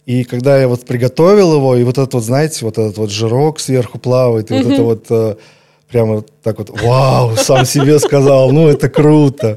И когда я вот приготовил его, и вот этот вот, знаете, вот этот вот жирок сверху плавает, и вот это вот прямо так вот, вау, сам себе сказал, ну это круто.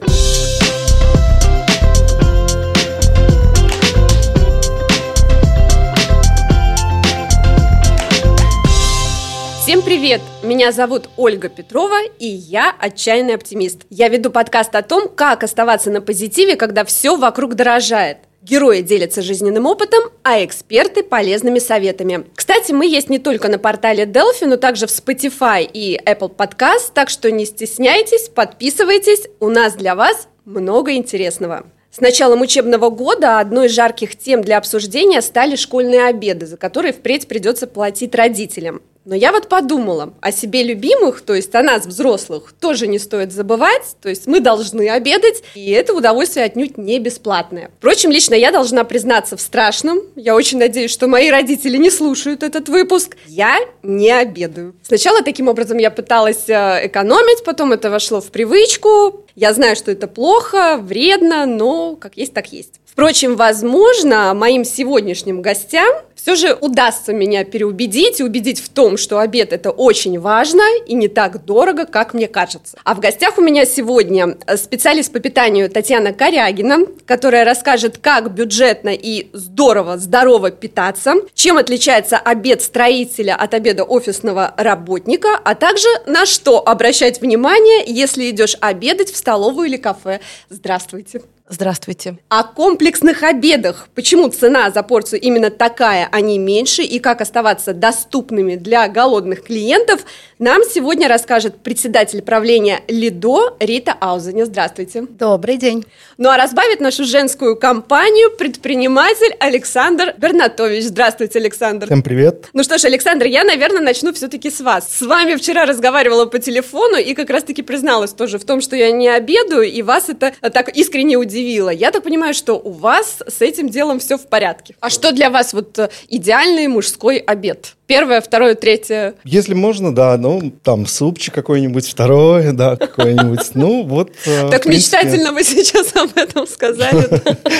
Всем привет! Меня зовут Ольга Петрова, и я отчаянный оптимист. Я веду подкаст о том, как оставаться на позитиве, когда все вокруг дорожает. Герои делятся жизненным опытом, а эксперты – полезными советами. Кстати, мы есть не только на портале Delphi, но также в Spotify и Apple Podcast, так что не стесняйтесь, подписывайтесь, у нас для вас много интересного. С началом учебного года одной из жарких тем для обсуждения стали школьные обеды, за которые впредь придется платить родителям. Но я вот подумала, о себе любимых, то есть о нас, взрослых, тоже не стоит забывать, то есть мы должны обедать, и это удовольствие отнюдь не бесплатное. Впрочем, лично я должна признаться в страшном, я очень надеюсь, что мои родители не слушают этот выпуск, я не обедаю. Сначала таким образом я пыталась экономить, потом это вошло в привычку, я знаю, что это плохо, вредно, но как есть, так есть. Впрочем, возможно, моим сегодняшним гостям все же удастся меня переубедить и убедить в том, что обед – это очень важно и не так дорого, как мне кажется. А в гостях у меня сегодня специалист по питанию Татьяна Корягина, которая расскажет, как бюджетно и здорово питаться, чем отличается обед строителя от обеда офисного работника, а также на что обращать внимание, если идешь обедать в столовую или кафе. Здравствуйте. Здравствуйте. О комплексных обедах. Почему цена за порцию именно такая, а не меньше, и как оставаться доступными для голодных клиентов, нам сегодня расскажет председатель правления Лидо Рита Аузене. Здравствуйте. Добрый день. Ну а разбавит нашу женскую компанию предприниматель Александр Бернатович. Здравствуйте, Александр. Всем привет. Ну что ж, Александр, я, наверное, начну все-таки с вас. С вами вчера разговаривала по телефону и как раз-таки призналась тоже в том, что я не обедаю, и вас это так искренне удивило. Я так понимаю, что у вас с этим делом все в порядке. А что для вас вот идеальный мужской обед? Первое, второе, третье? Если можно, да, ну, там, супчик какой-нибудь, второе, да, какой-нибудь, ну, вот. Так мечтательно вы сейчас об этом сказали.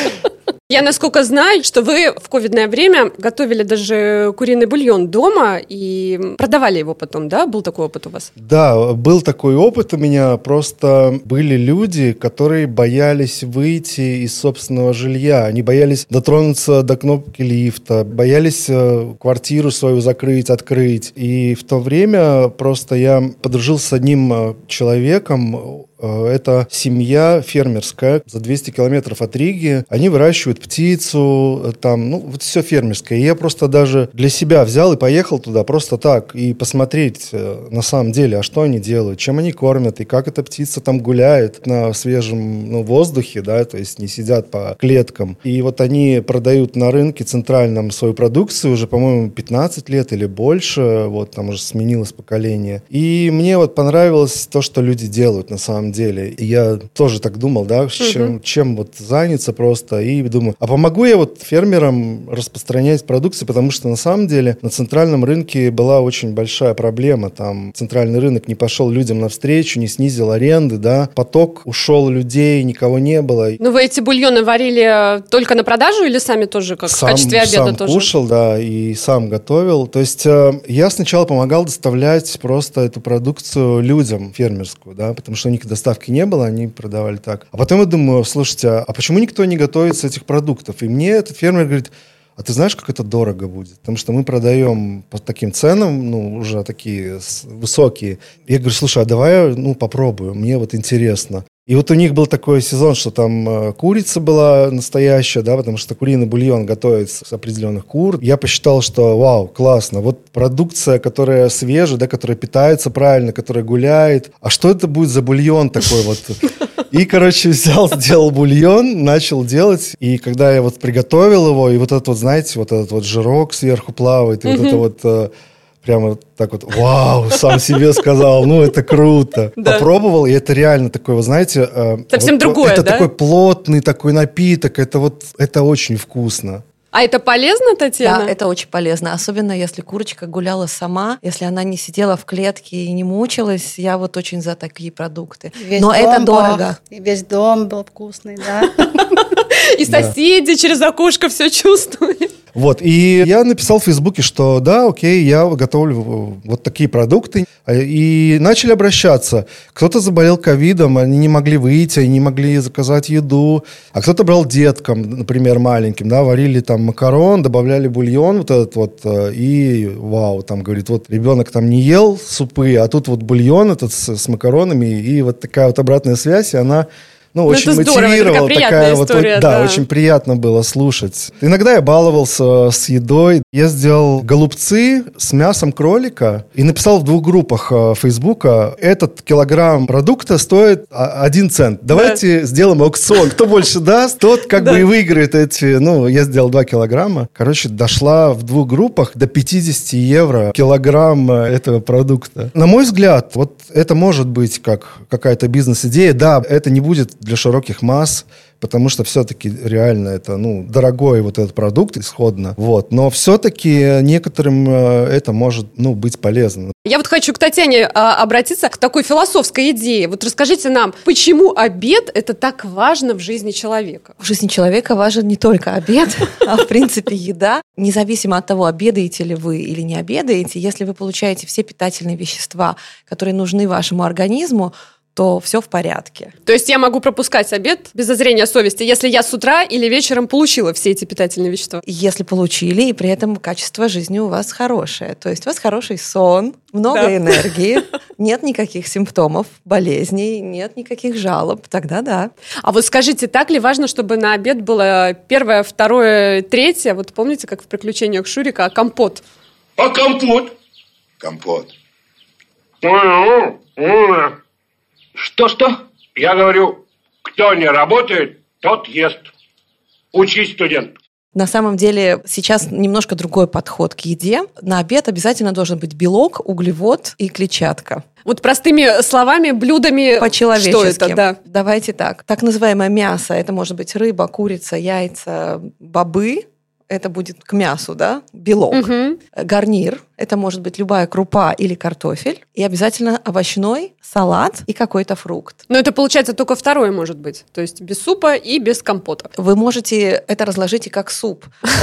Я, насколько знаю, что вы в ковидное время готовили даже куриный бульон дома и продавали его потом, да? Был такой опыт у вас? Да, был такой опыт у меня. Просто были люди, которые боялись выйти из собственного жилья. Они боялись дотронуться до кнопки лифта, боялись квартиру свою закрыть, открыть. И в то время просто я подружился с одним человеком. Это семья фермерская за 200 километров от Риги. Они выращивают птицу, там, ну, вот все фермерское. И я просто даже для себя взял и поехал туда просто так, и посмотреть на самом деле, а что они делают, чем они кормят, и как эта птица там гуляет на свежем воздухе, да, то есть не сидят по клеткам. И вот они продают на рынке центральном свою продукцию уже, по-моему, 15 лет или больше, вот там уже сменилось поколение. И мне вот понравилось то, что люди делают на самом деле. И я тоже так думал, да, чем вот заняться просто. И думаю, а помогу я вот фермерам распространять продукцию, потому что на самом деле на центральном рынке была очень большая проблема. Там центральный рынок не пошел людям навстречу, не снизил аренды, да. Поток ушел людей, никого не было. Ну, вы эти бульоны варили только на продажу или сами тоже, как в качестве обеда сам тоже? Кушал, да, и сам готовил. То есть я сначала помогал доставлять просто эту продукцию людям фермерскую, да, потому что у них доставки не было, они продавали так. А потом я думаю, слушайте, а почему никто не готовит с этих продуктов? И мне этот фермер говорит, а ты знаешь, как это дорого будет? Потому что мы продаем по таким ценам, ну, уже такие высокие. Я говорю, слушай, а давай, попробую, мне вот интересно. И вот у них был такой сезон, что там курица была настоящая, да, потому что куриный бульон готовится с определенных кур. Я посчитал, что вау, классно, вот продукция, которая свежая, да, которая питается правильно, которая гуляет. А что это будет за бульон такой вот? И, короче, сделал бульон, начал делать. И когда я вот приготовил его, и вот этот вот, знаете, вот этот вот жирок сверху плавает, и вот это вот... Прямо так вот, вау, сам себе сказал, ну это круто. Да. Попробовал, и это реально такой, вы знаете... Совсем вот, другое, это да? такой плотный такой напиток, это очень вкусно. А это полезно, Татьяна? Да, это очень полезно. Особенно, если курочка гуляла сама, если она не сидела в клетке и не мучилась. Я вот очень за такие продукты. Но это дорого. И весь дом был вкусный, да. И соседи через окошко все чувствуют. Вот, и я написал в Фейсбуке, что да, окей, я готовлю вот такие продукты. И начали обращаться. Кто-то заболел ковидом, они не могли выйти, не могли заказать еду. А кто-то брал деткам, например, маленьким, да, варили там макарон, добавляли бульон вот этот вот, и вау, там, говорит, вот ребенок там не ел супы, а тут вот бульон этот с макаронами, и вот такая вот обратная связь, и она... очень мотивировала, такая история, вот, да, очень приятно было слушать. Иногда я баловался с едой. Я сделал голубцы с мясом кролика и написал в 2 группах Фейсбука: этот килограмм продукта стоит 1 цент. Давайте сделаем аукцион. Кто больше даст, тот как бы и выиграет эти... я сделал 2 килограмма. Короче, дошла в 2 группах до 50 евро килограмм этого продукта. На мой взгляд, вот это может быть как какая-то бизнес-идея. Да, это не будет для широких масс, потому что все-таки реально это, дорогой вот этот продукт исходно. Вот. Но все-таки некоторым это может, быть полезно. Я вот хочу к Татьяне обратиться к такой философской идее. Вот расскажите нам, почему обед – это так важно в жизни человека? В жизни человека важен не только обед, а в принципе еда. Независимо от того, обедаете ли вы или не обедаете, если вы получаете все питательные вещества, которые нужны вашему организму, то все в порядке. То есть я могу пропускать обед без зазрения совести, если я с утра или вечером получила все эти питательные вещества? Если получили, и при этом качество жизни у вас хорошее. То есть у вас хороший сон, много энергии, нет никаких симптомов, болезней, нет никаких жалоб, тогда да. А вот скажите, так ли важно, чтобы на обед было 1, 2, 3, вот помните, как в «Приключениях Шурика», компот? А компот? Компот. Что? Я говорю, кто не работает, тот ест. Учись, студент. На самом деле сейчас немножко другой подход к еде. На обед обязательно должен быть белок, углевод и клетчатка. Вот простыми словами, блюдами, по-человечески. Что это, да? Давайте так. Так называемое мясо, это может быть рыба, курица, яйца, бобы. Это будет к мясу, да, белок. Угу. Гарнир, это может быть любая крупа или картофель. И обязательно овощной, салат и какой-то фрукт. Но это получается только 2 может быть. То есть без супа и без компота. Вы можете это разложить и как суп.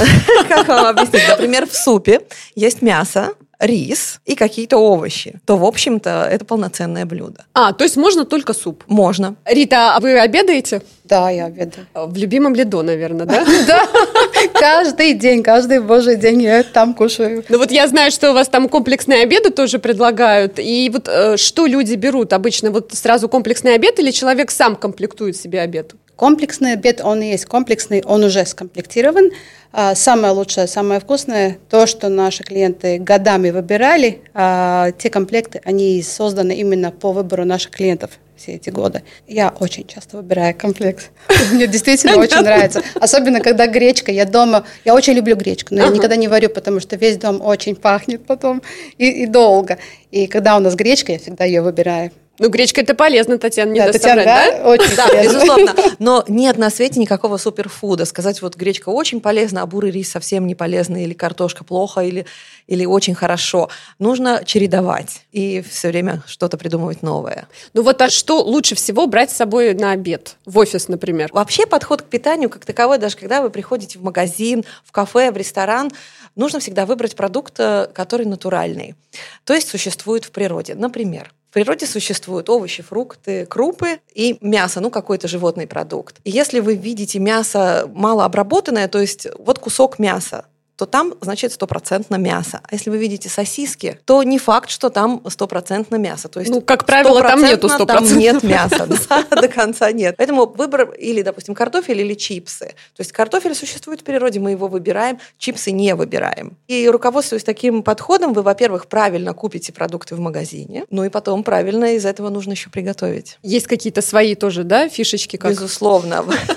Как вам объяснить? Например, в супе есть мясо, рис и какие-то овощи, то, в общем-то, это полноценное блюдо. То есть можно только суп? Можно. Рита, а вы обедаете? Да, я обедаю. В любимом Лидо, наверное, да? Да, каждый день, каждый божий день я там кушаю. Ну вот я знаю, что у вас там комплексные обеды тоже предлагают. И вот что люди берут обычно? Вот сразу комплексный обед или человек сам комплектует себе обед? Комплексный обед, он и есть комплексный, он уже скомплектирован. Самое лучшее, самое вкусное, то, что наши клиенты годами выбирали, те комплекты, они созданы именно по выбору наших клиентов все эти годы. Я очень часто выбираю комплект. Мне действительно очень нравится. Особенно, когда гречка. Я очень люблю гречку, но я никогда не варю, потому что весь дом очень пахнет потом и долго. И когда у нас гречка, я всегда ее выбираю. Ну, гречка – это полезно, Татьяна, не Татьяна, да? Очень да, полезно. Безусловно. Но нет на свете никакого суперфуда. Сказать, вот гречка очень полезна, а бурый рис совсем не полезный, или картошка плохо, или очень хорошо. Нужно чередовать и все время что-то придумывать новое. Ну вот, а что лучше всего брать с собой на обед? В офис, например? Вообще подход к питанию как таковой, даже когда вы приходите в магазин, в кафе, в ресторан, нужно всегда выбрать продукт, который натуральный. То есть существует в природе. Например, в природе существуют овощи, фрукты, крупы и мясо, какой-то животный продукт. И если вы видите мясо малообработанное, то есть вот кусок мяса, то там, значит, 100% мясо. А если вы видите сосиски, то не факт, что там 100% мясо. То есть, как правило, там нету 100%. Там нет мяса, до конца нет. Поэтому выбор или, допустим, картофель или чипсы. То есть картофель существует в природе, мы его выбираем, чипсы не выбираем. И руководствуясь таким подходом, вы, во-первых, правильно купите продукты в магазине, и потом правильно из этого нужно еще приготовить. Есть какие-то свои тоже, да, фишечки? Безусловно.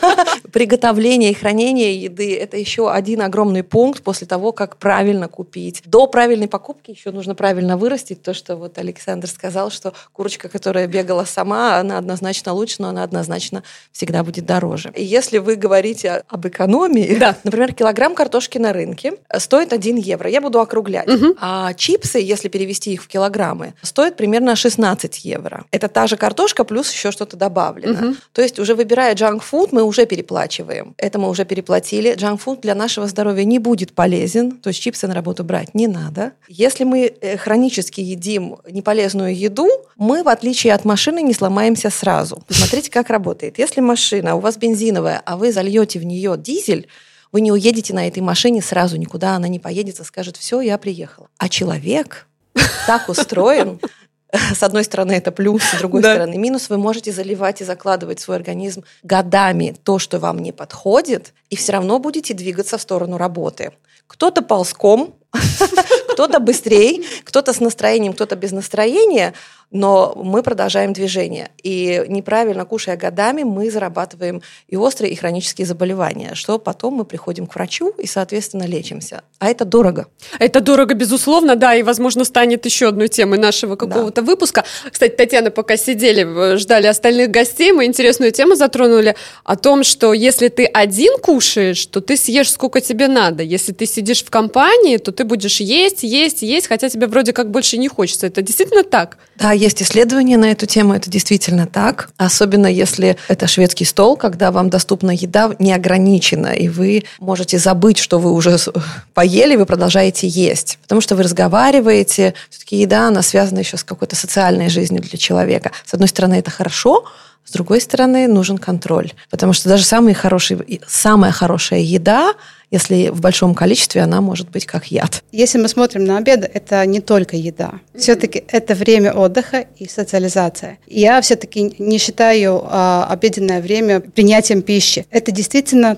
Приготовление и хранение еды – это еще один огромный пункт после того, как правильно купить. До правильной покупки еще нужно правильно вырастить. То, что вот Александр сказал, что курочка, которая бегала сама, она однозначно лучше, но она однозначно всегда будет дороже. И если вы говорите об экономии, да. Например, килограмм картошки на рынке стоит 1 евро. Я буду округлять. А чипсы, если перевести их в килограммы, стоят примерно 16 евро. Это та же картошка, плюс еще что-то добавлено. То есть уже выбирая джанк-фуд, мы уже переплачиваем. Это мы уже переплатили. Джанк-фуд для нашего здоровья не будет полезен. То есть чипсы на работу брать не надо. Если мы хронически едим неполезную еду, мы, в отличие от машины, не сломаемся сразу. Посмотрите, как работает. Если машина у вас бензиновая, а вы зальете в нее дизель, вы не уедете на этой машине сразу никуда, она не поедет и скажет: все, я приехала. А человек так устроен. С одной стороны, это плюс, с другой стороны, минус. Вы можете заливать и закладывать в свой организм годами то, что вам не подходит, и все равно будете двигаться в сторону работы. Кто-то ползком, кто-то быстрее, кто-то с настроением, кто-то без настроения, но мы продолжаем движение. И неправильно кушая годами, мы зарабатываем и острые, и хронические заболевания, что потом мы приходим к врачу и, соответственно, лечимся. А это дорого. Это дорого, безусловно, да, и, возможно, станет еще одной темой нашего какого-то выпуска. Кстати, Татьяна, пока сидели, ждали остальных гостей, мы интересную тему затронули о том, что если ты один кушаешь, то ты съешь сколько тебе надо. Если ты сидишь в компании, то ты будешь есть, хотя тебе вроде как больше не хочется. Это действительно так? Да, есть исследования на эту тему, это действительно так. Особенно если это шведский стол, когда вам доступна еда неограниченно, и вы можете забыть, что вы уже поели, вы продолжаете есть. Потому что вы разговариваете. Все-таки еда, она связана еще с какой-то социальной жизнью для человека. С одной стороны, это хорошо, с другой стороны, нужен контроль. Потому что даже самая хорошая еда, если в большом количестве, она может быть как яд. Если мы смотрим на обед, это не только еда. Все-таки это время отдыха и социализация. Я все-таки не считаю обеденное время принятием пищи. Это действительно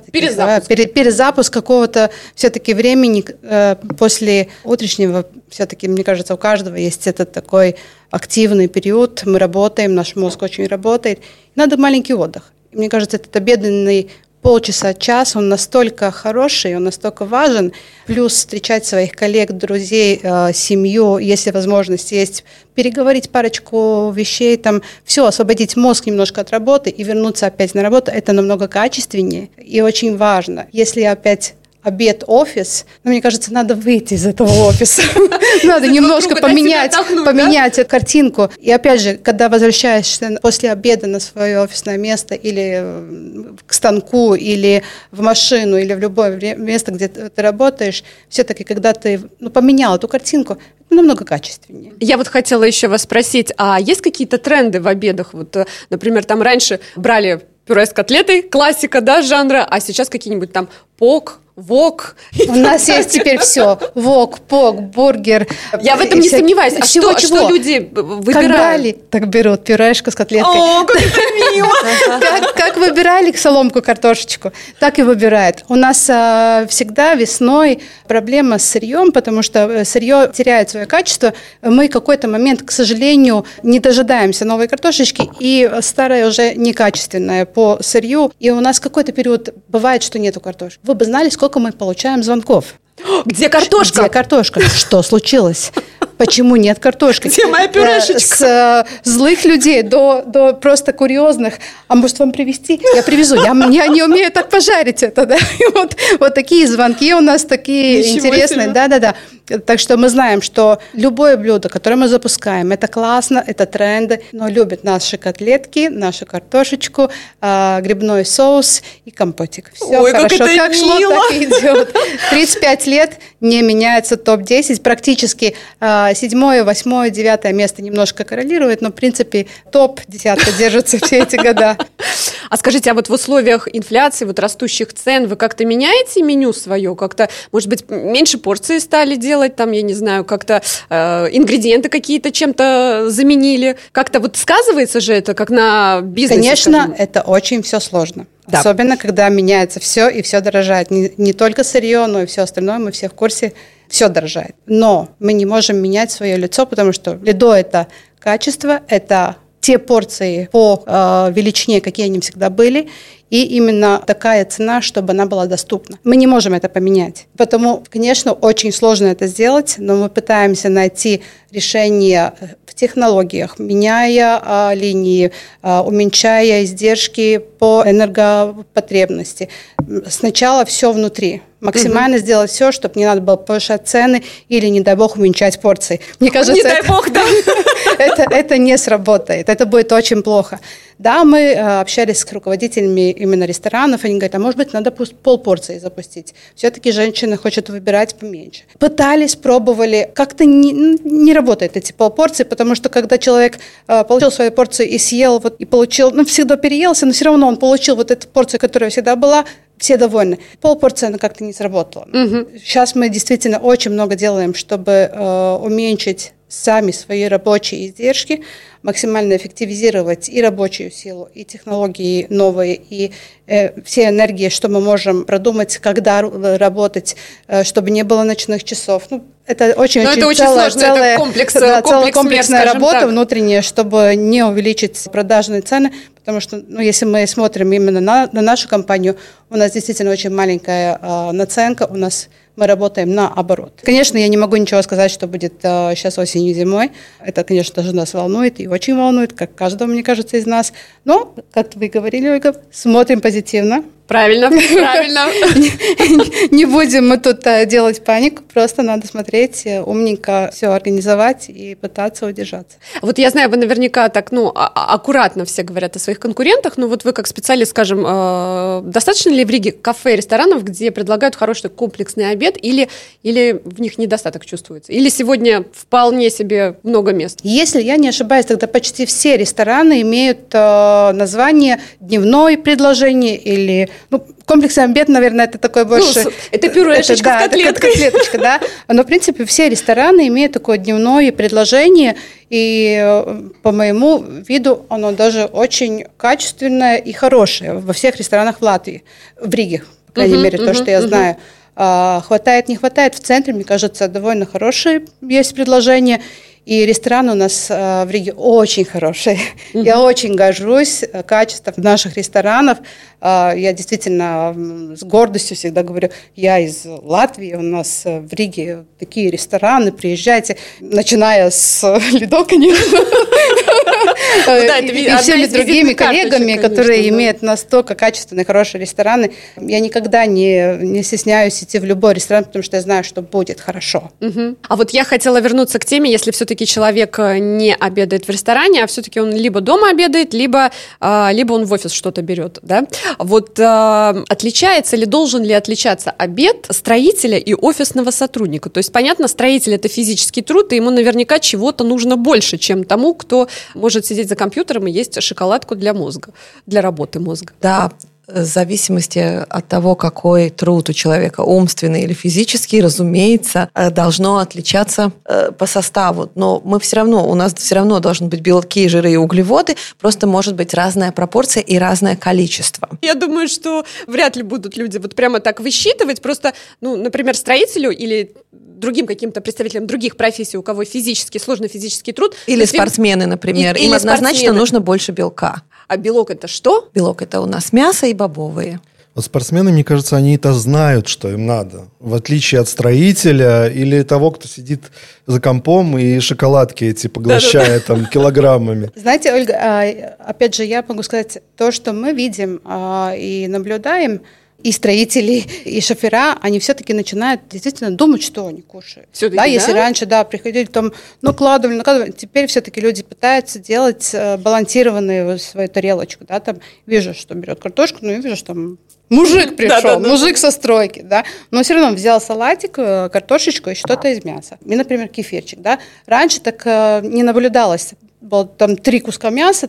перезапуск какого-то все-таки времени после утреннего. Все-таки, мне кажется, у каждого есть этот такой активный период. Мы работаем, наш мозг очень работает. Надо маленький отдых. Мне кажется, этот обеденный полчаса-час, он настолько хороший, он настолько важен. Плюс встречать своих коллег, друзей, семью, если возможность есть, переговорить парочку вещей, там, все, освободить мозг немножко от работы и вернуться опять на работу, это намного качественнее и очень важно. Если опять обед, офис, но мне кажется, надо выйти из этого офиса. Надо немножко поменять эту картинку. И опять же, когда возвращаешься после обеда на свое офисное место или к станку, или в машину, или в любое место, где ты работаешь, все-таки, когда ты поменял эту картинку, намного качественнее. Я вот хотела еще вас спросить, а есть какие-то тренды в обедах? Вот, например, там раньше брали пюре с котлетой, классика, да, жанра, а сейчас какие-нибудь там пок, вок. У нас есть теперь все. Вок, пок, бургер. Я в этом не сомневаюсь. А что люди выбирают? Как брали, так берут. Пюрешка с котлеткой. О, как это мило! Как выбирали соломку, картошечку, так и выбирают. У нас всегда весной проблема с сырьем, потому что сырье теряет свое качество. Мы в какой-то момент, к сожалению, не дожидаемся новой картошечки, и старая уже некачественная по сырью. И у нас какой-то период бывает, что нету картошки. Вы бы знали, сколько мы получаем звонков. Где картошка? Где картошка? Что случилось? Почему нет картошки? Где моя пюрешечка? С злых людей до просто курьезных. А может вам привезти? Я привезу. Я не умею так пожарить это. Да? Вот такие звонки у нас такие интересные. Да. Так что мы знаем, что любое блюдо, которое мы запускаем, это классно, это тренды, но любят наши котлетки, нашу картошечку, грибной соус и компотик. Все хорошо. Как шло, так и идет. 35 лет не меняется топ-10. Практически 7, 8, 9 место немножко коррелирует, но в принципе топ-10 держится все эти года. А скажите, а вот в условиях инфляции, вот растущих цен, вы как-то меняете меню свое? Как-то, может быть, меньше порции стали делать, там, я не знаю, как-то ингредиенты какие-то чем-то заменили? Как-то вот сказывается же это, как на бизнесе? Конечно, это очень все сложно. Да. Особенно, когда меняется все, и все дорожает. Не только сырье, но и все остальное, мы все в курсе, все дорожает. Но мы не можем менять свое лицо, потому что лидо – это качество, это те порции по величине, какие они всегда были. и именно такая цена, чтобы она была доступна. Мы не можем это поменять. Потому, конечно, очень сложно это сделать, но мы пытаемся найти решение в технологиях, меняя линии, уменьшая издержки по энергопотребности. Сначала все внутри. Максимально сделать все, чтобы не надо было повышать цены или, не дай бог, уменьшать порции. Мне кажется, не дай бог, да. Это не сработает, это будет очень плохо. Да, мы общались с руководителями именно ресторанов, они говорят, а может быть, надо полпорции запустить. Все-таки женщины хотят выбирать поменьше. Пытались, пробовали, как-то не работает эти полпорции, потому что когда человек получил свою порцию и съел, и получил, всегда переелся, но все равно он получил вот эту порцию, которая всегда была, все довольны. Полпорции она как-то не сработала. Сейчас мы действительно очень много делаем, чтобы уменьшить сами свои рабочие издержки, максимально эффективизировать и рабочую силу, и технологии новые, и все энергии, что мы можем продумать, когда работать, чтобы не было ночных часов. Это очень сложно, это комплекс комплексная мер, работа так. Внутренняя, чтобы не увеличить продажные цены, потому что, если мы смотрим именно на нашу компанию, у нас действительно очень маленькая наценка, мы работаем наоборот. Конечно, я не могу ничего сказать, что будет сейчас осенью и зимой. Это, конечно, тоже нас волнует и очень волнует, как каждого, мне кажется, из нас. Но, как вы говорили, Ольга, смотрим позитивно. Правильно. Не будем мы тут делать панику, просто надо смотреть, умненько все организовать и пытаться удержаться. Вот я знаю, вы наверняка так, аккуратно все говорят о своих конкурентах, но вот вы как специалист, скажем, достаточно ли в Риге кафе, ресторанов, где предлагают хороший комплексный обед, или в них недостаток чувствуется? Или сегодня вполне себе много мест? Если я не ошибаюсь, тогда почти все рестораны имеют название дневное предложение или... комплексный обед, наверное, это такой больше... это пюрешечка с котлеткой. Котлеточка, да. Но, в принципе, все рестораны имеют такое дневное предложение, и по моему виду оно даже очень качественное и хорошее во всех ресторанах в Латвии, в Риге, по крайней мере, то, что я знаю. Хватает, не хватает. В центре, мне кажется, довольно хорошие есть предложения. И ресторан у нас в Риге очень хороший. Я очень горжусь качеством наших ресторанов. Я действительно с гордостью всегда говорю, я из Латвии, у нас в Риге такие рестораны, приезжайте, начиная с Лидо, конечно, и всеми другими коллегами, которые имеют настолько качественные, хорошие рестораны. Я никогда не стесняюсь идти в любой ресторан, потому что я знаю, что будет хорошо. А вот я хотела вернуться к теме, если все-таки человек не обедает в ресторане, а все-таки он либо дома обедает, либо он в офис что-то берет, да? Вот отличается ли, должен ли отличаться обед строителя и офисного сотрудника? То есть, понятно, строитель – это физический труд, и ему наверняка чего-то нужно больше, чем тому, кто может сидеть за компьютером и есть шоколадку для мозга, для работы мозга. Да, в зависимости от того, какой труд у человека, умственный или физический, разумеется, должно отличаться по составу. Но у нас все равно должны быть белки, жиры и углеводы, просто может быть разная пропорция и разное количество. Я думаю, что вряд ли будут люди вот прямо так высчитывать. Просто, например, строителю или другим каким-то представителям других профессий, у кого сложный физический труд. Или спортсмены, например. Им однозначно нужно больше белка. А белок – это что? Белок – это у нас мясо и бобовые. Вот спортсмены, мне кажется, они это знают, что им надо. В отличие от строителя или того, кто сидит за компом и шоколадки эти поглощает там килограммами. Знаете, Ольга, опять же, я могу сказать, то, что мы видим и наблюдаем, и строители, и шофера, они все-таки начинают действительно думать, что они кушают. Да, если раньше, приходили, там, накладывали, теперь все-таки люди пытаются делать балансированную свою тарелочку, да, там, вижу, что берет картошку, и вижу, что там мужик пришел, мужик со стройки, да, но все равно взял салатик, картошечку и что-то из мяса. И, например, кефирчик, да. Раньше так не наблюдалось. Было там 3 куска мяса,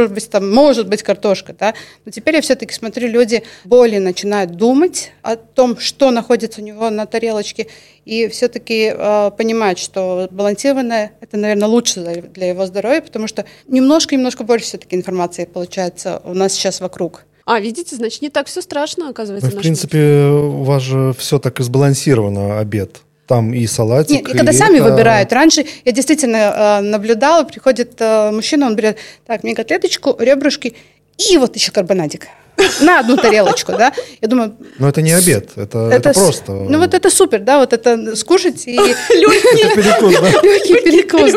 может быть картошка, да. Но теперь я все-таки смотрю, люди более начинают думать о том, что находится у него на тарелочке, и все-таки понимают, что балансированное – это, наверное, лучше для его здоровья, потому что немножко больше все-таки информации получается у нас сейчас вокруг. Видите, значит, не так все страшно, оказывается. В принципе, у вас же все так и сбалансировано, обед. Там и салатик. Нет, и когда сами выбирают. Раньше я действительно наблюдала, приходит мужчина, он берет, мне котлеточку, ребрышки и вот еще карбонадик. на одну тарелочку, да. Я думаю... Но это не обед, это просто... Ну вот это супер, да, вот это скушать и... Легкий перекус, да? Легкий перекус,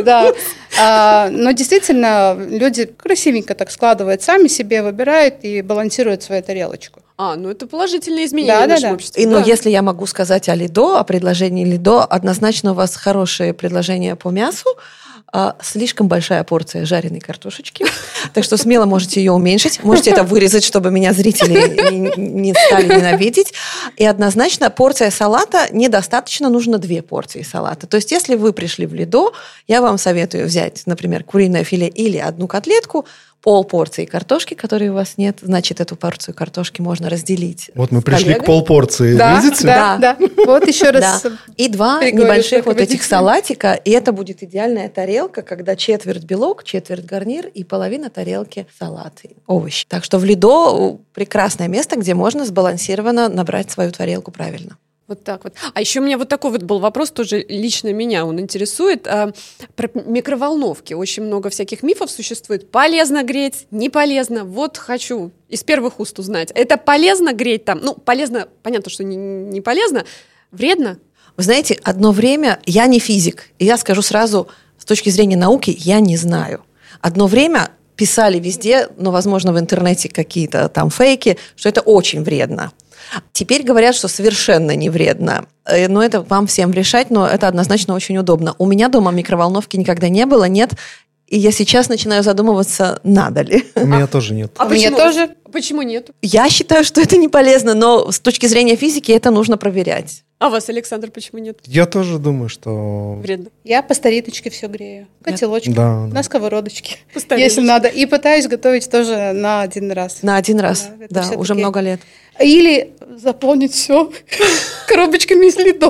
да. Но действительно, люди красивенько так складывают, сами себе выбирают и балансируют свою тарелочку. Ну это положительные изменения в нашем обществе. И, если я могу сказать о Лидо, о предложении Лидо, однозначно у вас хорошее предложение по мясу, слишком большая порция жареной картошечки, так что смело можете ее уменьшить, можете это вырезать, чтобы меня зрители не стали ненавидеть. И однозначно порция салата недостаточно, нужно 2 порции салата. То есть если вы пришли в Лидо, я вам советую взять, например, куриное филе или 1 котлетку, полпорции картошки, которой у вас нет, значит, эту порцию картошки можно разделить. Вот мы пришли к полпорции, видите? Да. Вот еще раз. И 2 небольших вот этих салатика, и это будет идеальная тарелка, когда четверть белок, четверть гарнир и половина тарелки салаты, овощи. Так что в Лидо прекрасное место, где можно сбалансированно набрать свою тарелку правильно. Вот так вот. А еще у меня вот такой вот был вопрос, тоже лично меня он интересует. Про микроволновки. Очень много всяких мифов существует. Полезно греть, не полезно. Вот хочу из первых уст узнать. Это полезно греть там? Полезно, понятно, что не полезно. Вредно? Вы знаете, одно время я не физик, и я скажу сразу, с точки зрения науки, я не знаю. Одно время писали везде, но, возможно, в интернете какие-то там фейки, что это очень вредно. Теперь говорят, что совершенно не вредно. Но это вам всем решать, но это однозначно очень удобно. У меня дома микроволновки никогда не было, нет. И я сейчас начинаю задумываться, надо ли. У меня тоже нет. А Мне почему? тоже. Почему нет? Я считаю, что это не полезно, но с точки зрения физики это нужно проверять. А вас, Александр, почему нет? Я тоже думаю, что... Вредно. Я по стариночке все грею. Котелочки, Да. на сковородочке, По стариночке. если надо. И пытаюсь готовить тоже на 1 раз. На 1 раз, Да, это да, всё-таки- уже много лет. Или заполнить все коробочками из Лидо.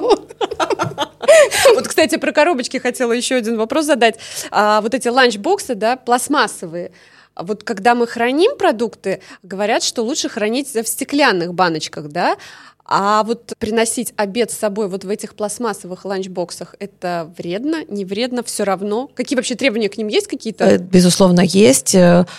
Вот, кстати, про коробочки хотела еще один вопрос задать. Вот эти ланчбоксы, да, пластмассовые. Вот когда мы храним продукты, говорят, что лучше хранить в стеклянных баночках, да? А вот приносить обед с собой вот в этих пластмассовых ланчбоксах, это вредно, не вредно, все равно? Какие вообще требования к ним есть какие-то? Безусловно, есть.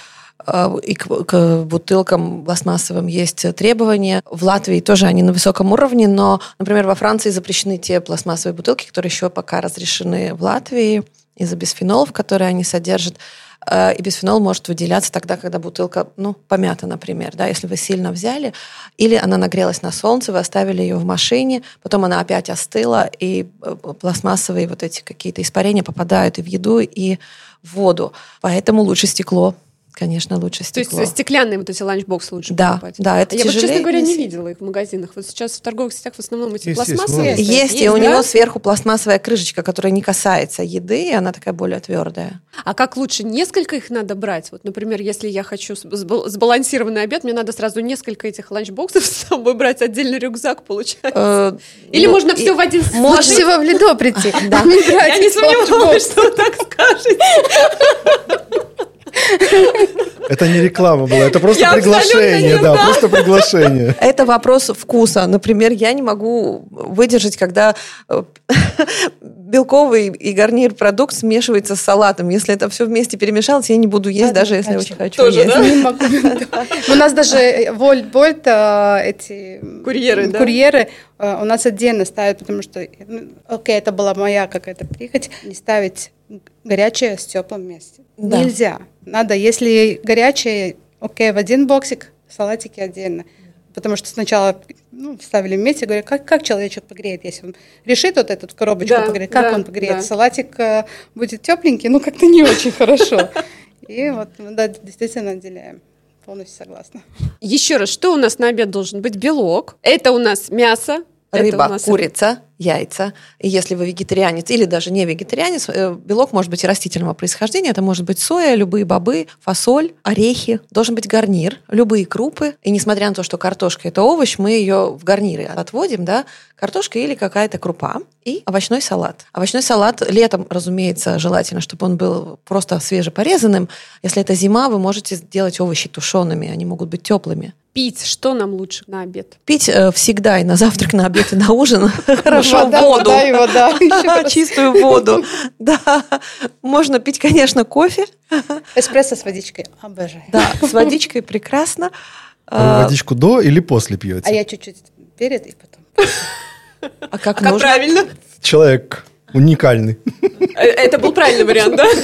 И к бутылкам пластмассовым есть требования. В Латвии тоже они на высоком уровне, но, например, во Франции запрещены те пластмассовые бутылки, которые еще пока разрешены в Латвии из-за бисфенолов, которые они содержат. И бисфенол может выделяться тогда, когда бутылка, помята, например, да, если вы сильно взяли, или она нагрелась на солнце, вы оставили ее в машине, потом она опять остыла, и пластмассовые вот эти какие-то испарения попадают и в еду, и в воду. Поэтому лучше стекло. Конечно, лучше стекло. То есть стеклянные вот эти ланчбоксы лучше Да, покупать? да, это Я вот, честно говоря, не нести. видела их в магазинах. Вот сейчас в торговых сетях в основном эти Есть, пластмассовые. есть, Есть, и у да? него сверху пластмассовая крышечка, которая не касается еды, и она такая более твердая. А как лучше? Несколько их надо брать? Вот, например, если я хочу сбалансированный обед, мне надо сразу несколько этих ланчбоксов с собой брать, отдельный рюкзак, получается. Или можно все в один Лучше сложить? всего в Лидо прийти. Да. Я не сомневалась, что вы так скажете. Это не реклама была, это просто Я приглашение, абсолютно да, не знаю. просто приглашение. Это вопрос вкуса. Например, я не могу выдержать, когда белковый и гарнир продукт смешивается с салатом. Если это все вместе перемешалось, я не буду есть, даже если очень хочу Тоже, есть. да? Не могу. У нас даже Вольт, эти Курьеры, да? курьеры у нас отдельно ставят, потому что, окей, это была моя какая-то прихоть, не ставить горячее с теплым вместе. Да. Нельзя. Надо, если горячее, окей, в один боксик, салатики отдельно. Потому что сначала ставили вместе, говорю, как человечек погреет, если он решит вот эту коробочку Да, погреть, как да, он погреет? да. Салатик будет тепленький, как-то не очень хорошо. И вот, да, действительно отделяем. Полностью согласна. Еще раз, что у нас на обед должен быть? Белок. Это у нас мясо. Это у Рыба, нас курица, яйца. И если вы вегетарианец или даже не вегетарианец, белок может быть и растительного происхождения. Это может быть соя, любые бобы, фасоль, орехи. Должен быть гарнир, любые крупы. И несмотря на то, что картошка – это овощ, мы ее в гарниры отводим, да, картошка или какая-то крупа. И овощной салат. Овощной салат летом, разумеется, желательно, чтобы он был просто свежепорезанным. Если это зима, вы можете сделать овощи тушеными, они могут быть теплыми. Пить что нам лучше на обед? Пить всегда и на завтрак, на обед, и на ужин. Хорошо, Вода, воду. вода и вода. Еще раз. Чистую воду. Да. Можно пить, конечно, кофе. Эспрессо с водичкой. Обожаю. Да, с водичкой прекрасно. А вы водичку до или после пьете? А я чуть-чуть перед и потом. А как Как правильно? Человек уникальный. Это был правильный вариант, да?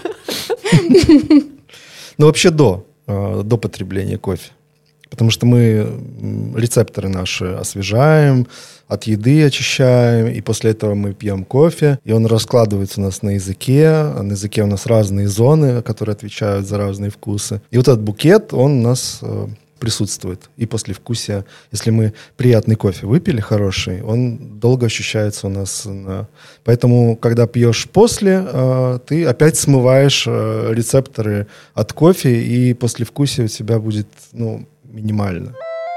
Но вообще до потребления кофе. Потому что мы рецепторы наши освежаем, от еды очищаем, и после этого мы пьем кофе, и он раскладывается у нас на языке. А на языке у нас разные зоны, которые отвечают за разные вкусы. И вот этот букет, он у нас присутствует. И послевкусие, если мы приятный кофе выпили, хороший, он долго ощущается у нас. Поэтому, когда пьешь после, ты опять смываешь рецепторы от кофе, и послевкусие у тебя будет, минимально.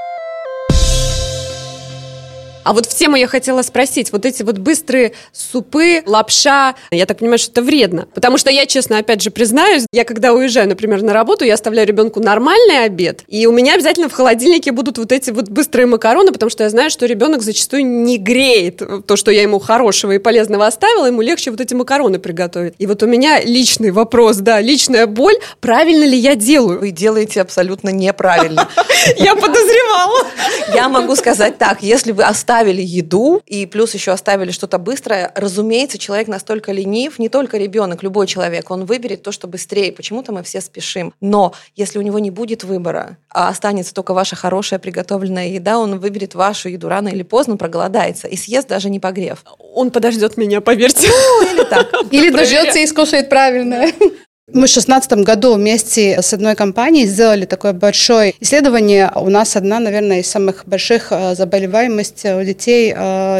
А вот в тему я хотела спросить, вот эти вот быстрые супы, лапша, я так понимаю, что это вредно. Потому что я, честно, опять же признаюсь, я когда уезжаю, например, на работу, я оставляю ребенку нормальный обед, и у меня обязательно в холодильнике будут вот эти вот быстрые макароны, потому что я знаю, что ребенок зачастую не греет то, что я ему хорошего и полезного оставила, ему легче вот эти макароны приготовить. И вот у меня личный вопрос, личная боль, правильно ли я делаю? Вы делаете абсолютно неправильно. Я подозревала. Я могу сказать так, если вы оставили еду и плюс еще оставили что-то быстрое, разумеется, человек настолько ленив, не только ребенок, любой человек, он выберет то, что быстрее. Почему-то мы все спешим. Но если у него не будет выбора, а останется только ваша хорошая приготовленная еда, он выберет вашу еду рано или поздно, проголодается и съест, даже не погрев. Он подождет меня, поверьте. Или так. Или дождется и скушает правильно. Мы в 2016 году вместе с одной компанией сделали такое большое исследование. У нас одна, наверное, из самых больших заболеваемостей у детей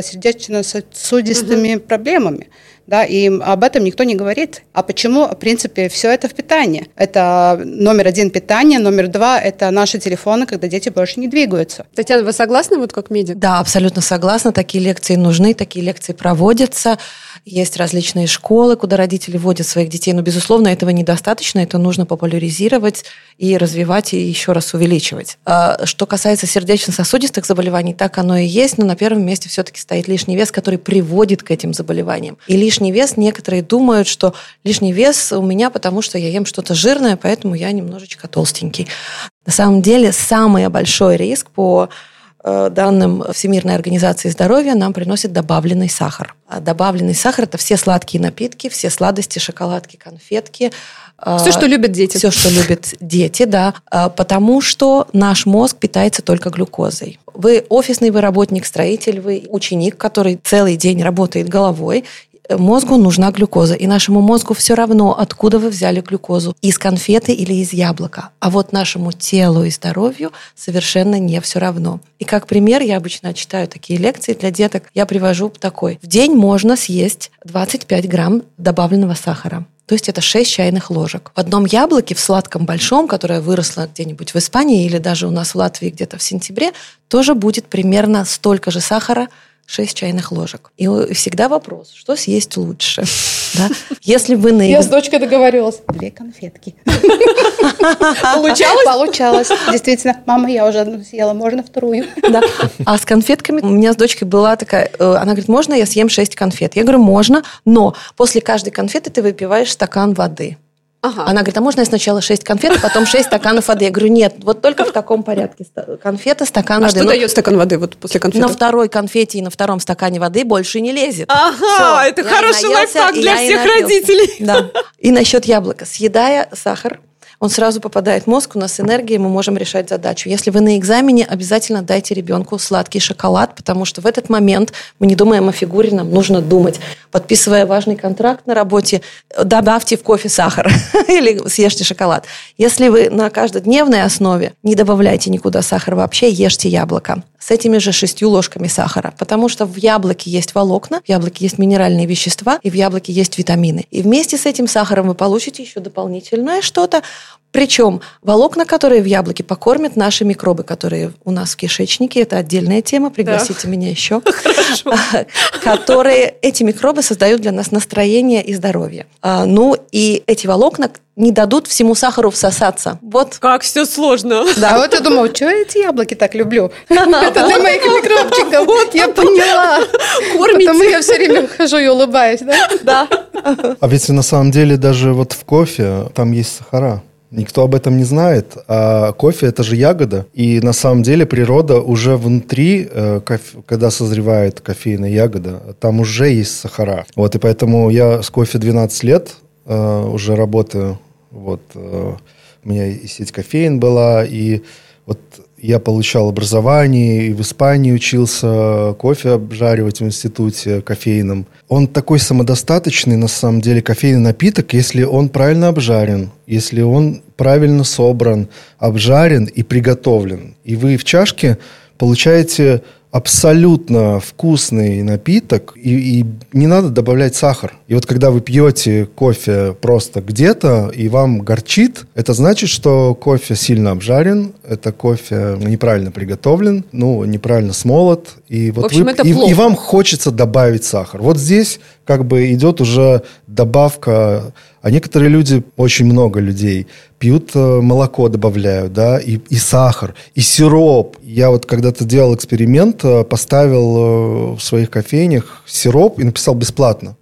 сердечно-сосудистыми проблемами. Да, и об этом никто не говорит. А почему? В принципе, все это в питании. Это номер 1 питание, номер 2 это наши телефоны, когда дети больше не двигаются. Татьяна, вы согласны вот как медик? Да, абсолютно согласна. Такие лекции нужны, такие лекции проводятся. Есть различные школы, куда родители водят своих детей. Но, безусловно, этого недостаточно. Это нужно популяризировать и развивать, и еще раз увеличивать. Что касается сердечно-сосудистых заболеваний, так оно и есть. Но на первом месте все-таки стоит лишний вес, который приводит к этим заболеваниям. И лишний вес, некоторые думают, что лишний вес у меня, потому что я ем что-то жирное, поэтому я немножечко толстенький. На самом деле, самый большой риск по данным Всемирной организации здоровья нам приносит добавленный сахар. А добавленный сахар – это все сладкие напитки, все сладости, шоколадки, конфетки. Все, что любят дети. Все, что любят дети, да. Потому что наш мозг питается только глюкозой. Вы офисный, вы работник, строитель, вы ученик, который целый день работает головой. Мозгу нужна глюкоза, и нашему мозгу все равно, откуда вы взяли глюкозу, из конфеты или из яблока. А вот нашему телу и здоровью совершенно не все равно. И как пример, я обычно читаю такие лекции для деток, я привожу такой. В день можно съесть 25 грамм добавленного сахара. То есть это 6 чайных ложек. В одном яблоке, в сладком большом, которое выросло где-нибудь в Испании или даже у нас в Латвии где-то в сентябре, тоже будет примерно столько же сахара, 6 чайных ложек. И всегда вопрос, что съесть лучше? Да? Если вы Я с дочкой договорилась. 2 конфетки. Получалось? Получалось. Действительно. Мама, я уже одну съела, можно вторую? Да. А с конфетками у меня с дочкой была такая... Она говорит, можно я съем 6 конфет? Я говорю, можно, но после каждой конфеты ты выпиваешь стакан воды. Ага. Она говорит, а можно я сначала 6 конфет, а потом 6 стаканов воды? Я говорю, нет, вот только в таком порядке. Конфета, стакан воды. А что дает стакан воды вот после конфеты? На второй конфете и на втором стакане воды больше не лезет. Ага, Всё, это хороший лайфхак для всех родителей. Да. И насчет яблока. Съедая сахар, он сразу попадает в мозг, у нас энергия, мы можем решать задачу. Если вы на экзамене, обязательно дайте ребенку сладкий шоколад, потому что в этот момент мы не думаем о фигуре, нам нужно думать. Подписывая важный контракт на работе, добавьте в кофе сахар или съешьте шоколад. Если вы на каждодневной основе, не добавляйте никуда сахар вообще, ешьте яблоко с этими же 6 ложками сахара, потому что в яблоке есть волокна, в яблоке есть минеральные вещества и в яблоке есть витамины. И вместе с этим сахаром вы получите еще дополнительное что-то. Причем волокна, которые в яблоке, покормят наши микробы, которые у нас в кишечнике. Это отдельная тема, пригласите меня еще. Хорошо. Которые, эти микробы создают для нас настроение и здоровье. Ну и эти волокна не дадут всему сахару всосаться. Вот. Как все сложно. Да, вот я думала, что я эти яблоки так люблю? Это для моих микробчиков. Вот я поняла. Кормите. Потому я все время хожу и улыбаюсь, да? Да. А ведь на самом деле даже вот в кофе там есть сахара. Никто об этом не знает. А кофе – это же ягода. И на самом деле природа уже внутри, когда созревает кофейная ягода, там уже есть сахара. Вот, и поэтому я с кофе 12 лет уже работаю. Вот, у меня и сеть кофеин была, и вот я получал образование, и в Испании учился кофе обжаривать в институте кофейном. Он такой самодостаточный, на самом деле, кофейный напиток, если он правильно обжарен, если он правильно собран, обжарен и приготовлен. И вы в чашке получаете абсолютно вкусный напиток, и не надо добавлять сахар. И вот когда вы пьете кофе просто где-то, и вам горчит, это значит, что кофе сильно обжарен, это кофе неправильно приготовлен, неправильно смолот, и вот в общем, это плохо. И вам хочется добавить сахар. Вот здесь как бы идет уже добавка, а некоторые люди, очень много людей, пьют молоко, добавляют, да, и сахар, и сироп. Я вот когда-то делал эксперимент, поставил в своих кофейнях сироп и написал бесплатно.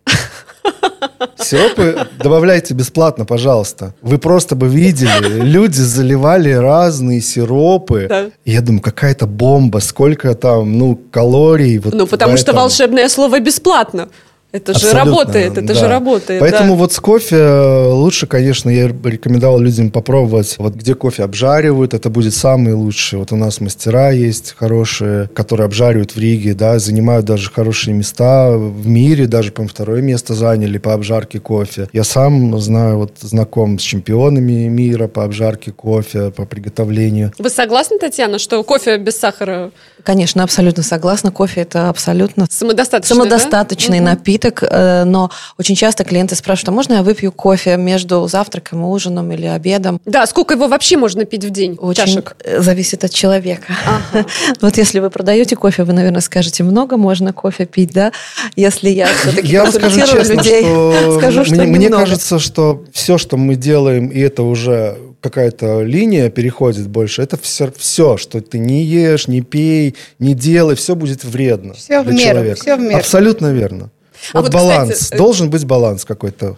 Сиропы добавляйте бесплатно, пожалуйста. Вы просто бы видели, люди заливали разные сиропы. Да. И я думаю, какая-то бомба, сколько там, калорий. Вот потому что волшебное слово «бесплатно». Это же работает, это же работает. Поэтому вот с кофе лучше, конечно, я рекомендовал людям попробовать, вот где кофе обжаривают, это будет самый лучший. Вот у нас мастера есть хорошие, которые обжаривают в Риге, да, занимают даже хорошие места в мире, даже, по-моему, 2-е место заняли по обжарке кофе. Я сам знаком с чемпионами мира по обжарке кофе, по приготовлению. Вы согласны, Татьяна, что кофе без сахара? Конечно, абсолютно согласна. Кофе – это абсолютно самодостаточный напиток, но очень часто клиенты спрашивают, а можно я выпью кофе между завтраком и ужином или обедом? Да, сколько его вообще можно пить в день? Очень чашек? Зависит от человека. Вот если вы продаете кофе, вы, наверное, скажете, много можно кофе пить, да? Если я все-таки консультирую людей, скажу, что немного. Мне кажется, что все, что мы делаем, и это уже какая-то линия переходит больше, это все, что ты не ешь, не пей, не делай, все будет вредно все для в меру, человека. Все в меру. Абсолютно верно. Вот баланс. Кстати, должен быть баланс какой-то.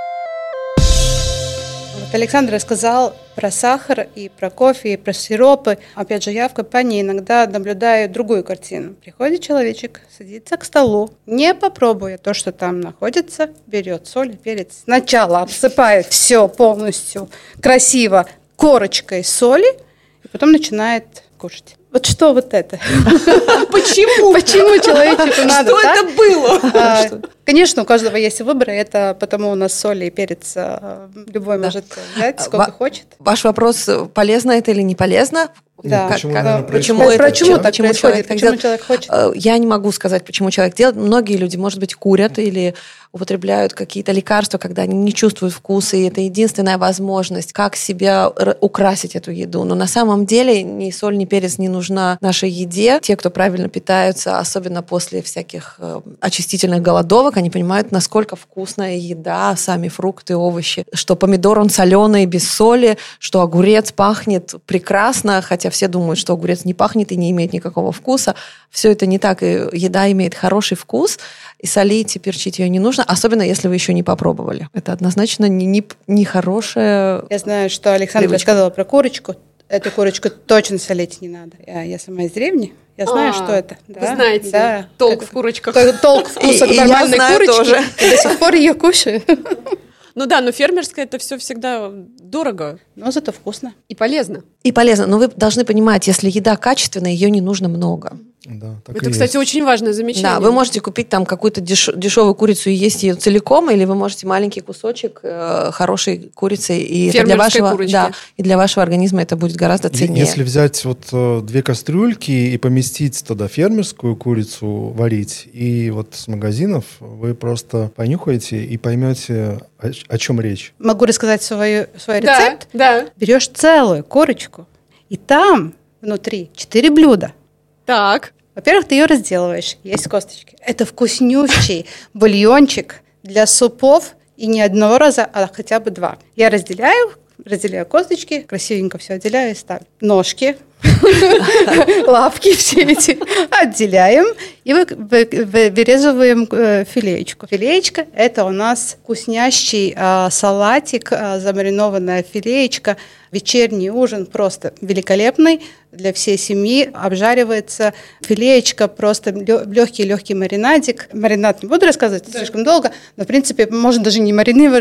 Александр рассказал про сахар и про кофе, и про сиропы. Опять же, я в компании иногда наблюдаю другую картину. Приходит человечек, садится к столу, не попробуя то, что там находится, берет соль и перец. Сначала обсыпает все полностью красиво корочкой соли, и потом начинает кушать. Вот что вот это? Почему? Почему человечеку надо Что так? это было? Конечно, у каждого есть выбор, и это потому у нас соль и перец любой может взять, сколько хочет. Ваш вопрос, полезно это или не полезно? Да. Почему человек хочет? Я не могу сказать, почему человек делает. Многие люди, может быть, курят или употребляют какие-то лекарства, когда они не чувствуют вкуса, и это единственная возможность, как себя украсить эту еду. Но на самом деле ни соль, ни перец не нужна нашей еде. Те, кто правильно питаются, особенно после всяких очистительных голодовок, они понимают, насколько вкусная еда, сами фрукты, овощи, что помидор, он соленый, без соли, что огурец пахнет прекрасно, хотя все думают, что огурец не пахнет и не имеет никакого вкуса. Все это не так, и еда имеет хороший вкус, и солить и перчить ее не нужно, особенно если вы еще не попробовали. Это однозначно не хорошее. Я знаю, что Александр рассказывала про курочку. Эту курочку точно солить не надо. Я сама из деревни. Я знаю, что это. Вы знаете, толк в курочках. Толк вкуса нормальной курочки. Тоже. И до сих пор ее кушаю. Ну да, но фермерское это все всегда дорого. Но зато вкусно. И полезно. И полезно. Но вы должны понимать, если еда качественная, ее не нужно много. Да, так это, кстати, очень важное замечание. Да, вы можете купить там какую-то дешевую курицу и есть ее целиком, или вы можете маленький кусочек хорошей курицы, и это для вашего организма это будет гораздо ценнее. Если взять вот 2 кастрюльки и поместить туда фермерскую курицу варить, и вот с магазинов вы просто понюхаете и поймете, о чем речь. Могу рассказать свой рецепт? Да. Берешь целую курочку, и там внутри 4 блюда. Так. Во-первых, ты ее разделываешь, есть косточки. Это вкуснющий бульончик для супов, и не одного раза, а хотя бы 2. Я разделяю косточки, красивенько все отделяю и ставлю. Ножки лапки все эти отделяем и вырезываем филеечку. Филеечка – это у нас вкуснящий салатик, замаринованная филеечка. Вечерний ужин просто великолепный для всей семьи. Обжаривается филеечка, просто легкий маринадик. Маринад не буду рассказывать, слишком долго, но, в принципе, можно даже не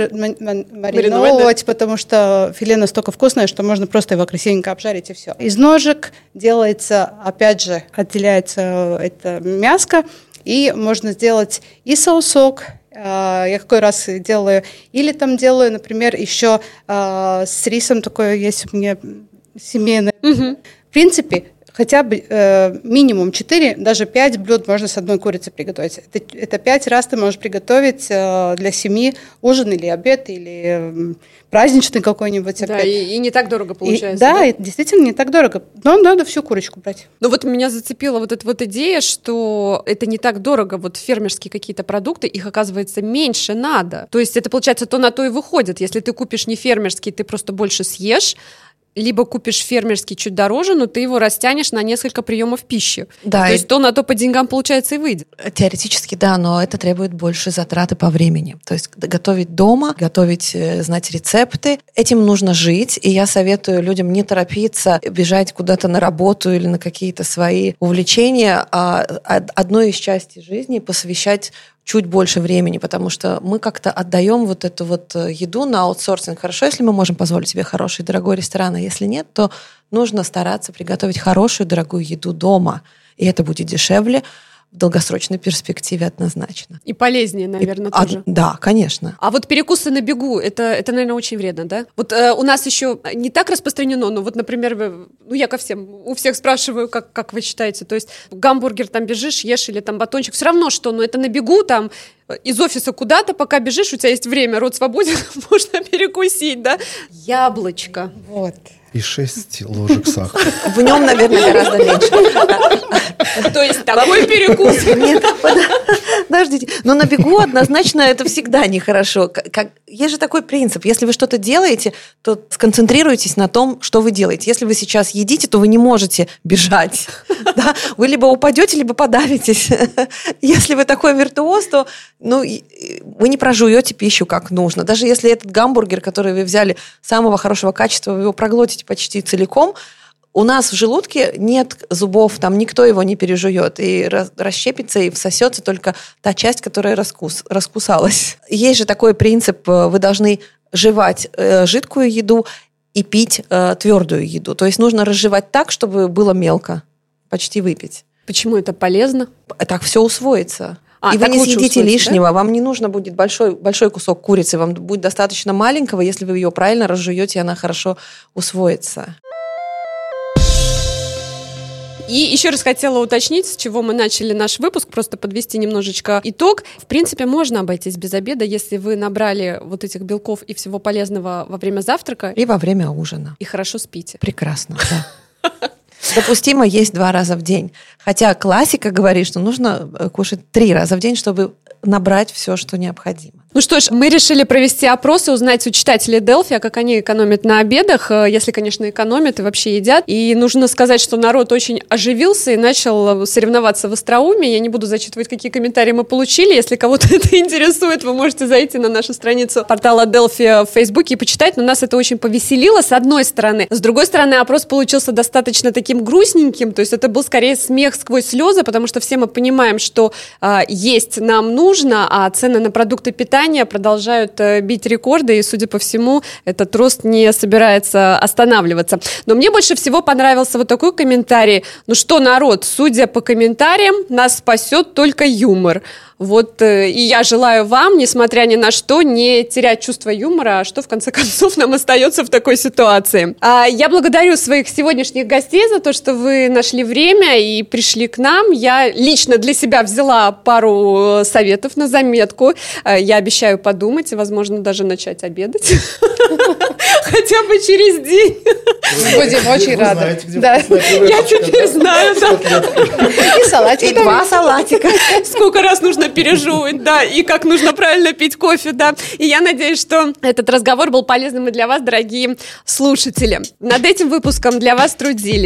мариновать, потому что филе настолько вкусное, что можно просто его красивенько обжарить и все. Из ножек делается, опять же, отделяется это мяско, и можно сделать и соусок. Я какой раз делаю. Или там делаю, например, еще с рисом, такое есть у меня семейное. В принципе, хотя бы минимум 4, даже 5 блюд можно с одной курицей приготовить. Это 5 раз ты можешь приготовить для семьи ужин или обед, или праздничный какой-нибудь. Да, и не так дорого получается. Да, действительно не так дорого. Но надо всю курочку брать. Ну вот меня зацепила вот эта вот идея, что это не так дорого, вот фермерские какие-то продукты, их, оказывается, меньше надо. То есть это, получается, то на то и выходит. Если ты купишь не фермерский, ты просто больше съешь, либо купишь фермерский чуть дороже, но ты его растянешь на несколько приемов пищи. Да, то есть то на то по деньгам, получается, и выйдет. Теоретически, да, но это требует больше затраты по времени. То есть готовить дома, готовить, знать рецепты, этим нужно жить. И я советую людям не торопиться бежать куда-то на работу или на какие-то свои увлечения, а одной из частей жизни посвящать чуть больше времени, потому что мы как-то отдаем вот эту вот еду на аутсорсинг. Хорошо, если мы можем позволить себе хороший дорогой ресторан, а если нет, то нужно стараться приготовить хорошую дорогую еду дома. И это будет дешевле в долгосрочной перспективе однозначно. И полезнее, наверное, тоже. Да, конечно. А вот перекусы на бегу, это, наверное, очень вредно, да? Вот у нас еще не так распространено, но вот, например, я у всех спрашиваю, как вы считаете, то есть гамбургер там бежишь, ешь или там батончик, все равно что, но это на бегу там из офиса куда-то, пока бежишь, у тебя есть время, рот свободен, можно перекусить, да? Яблочко. Вот. И 6 ложек сахара. В нем, наверное, гораздо меньше. То есть такой перекус. Нет, подождите. Но на бегу однозначно это всегда нехорошо. Есть же такой принцип. Если вы что-то делаете, то сконцентрируйтесь на том, что вы делаете. Если вы сейчас едите, то вы не можете бежать. Да? Вы либо упадете, либо подавитесь. Если вы такой виртуоз, то вы не прожуете пищу как нужно. Даже если этот гамбургер, который вы взяли самого хорошего качества, вы его проглотите почти целиком, у нас в желудке нет зубов, там никто его не пережует, и расщепится, и всосется только та часть, которая раскусалась. Есть же такой принцип, вы должны жевать жидкую еду и пить твердую еду. То есть нужно разжевать так, чтобы было мелко, почти выпить. Почему это полезно? Так все усвоится. И вы не съедите усвоится, лишнего, да? Вам не нужно будет большой кусок курицы, вам будет достаточно маленького, если вы ее правильно разжуете, и она хорошо усвоится. И еще раз хотела уточнить, с чего мы начали наш выпуск, просто подвести немножечко итог. В принципе, можно обойтись без обеда, если вы набрали вот этих белков и всего полезного во время завтрака. И во время ужина. И хорошо спите. Прекрасно, да. Допустимо есть 2 раза в день. Хотя классика говорит, что нужно кушать 3 раза в день, чтобы набрать все, что необходимо. Ну что ж, мы решили провести опрос и узнать у читателей Delphi, как они экономят на обедах, если, конечно, экономят и вообще едят. И нужно сказать, что народ очень оживился и начал соревноваться в остроумии. Я не буду зачитывать, какие комментарии мы получили. Если кого-то это интересует, вы можете зайти на нашу страницу портала Delphi в Фейсбуке и почитать. Но нас это очень повеселило, с одной стороны. С другой стороны, опрос получился достаточно таким грустненьким. То есть это был скорее смех сквозь слезы, потому что все мы понимаем, что есть нам нужно, а цены на продукты питания продолжают бить рекорды, и, судя по всему, этот рост не собирается останавливаться. Но мне больше всего понравился вот такой комментарий. Ну что, народ, судя по комментариям, нас спасет только юмор. Вот, и я желаю вам, несмотря ни на что, не терять чувство юмора, что, в конце концов, нам остается в такой ситуации. Я благодарю своих сегодняшних гостей за то, что вы нашли время и пришли к нам. Я лично для себя взяла пару советов на заметку. Я обещаю подумать и, возможно, даже начать обедать. Хотя бы через день. Будем очень рады. Я теперь знаю. И салатик. И 2 салатика. Сколько раз нужно пережевывать, да, и как нужно правильно пить кофе, да. И я надеюсь, что этот разговор был полезным и для вас, дорогие слушатели. Над этим выпуском для вас трудились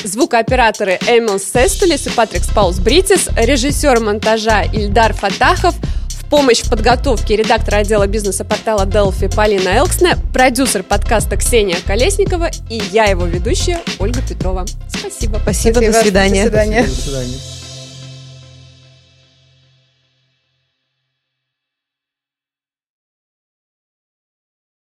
Звукооператоры Эмил Сестулис и Патрик Спаус-Бритис, режиссер монтажа Ильдар Фатахов, в помощь в подготовке редактора отдела бизнеса портала Delphi Полина Элксне, продюсер подкаста Ксения Колесникова и я, его ведущая, Ольга Петрова. Спасибо. Спасибо. До свидания. До свидания. До свидания.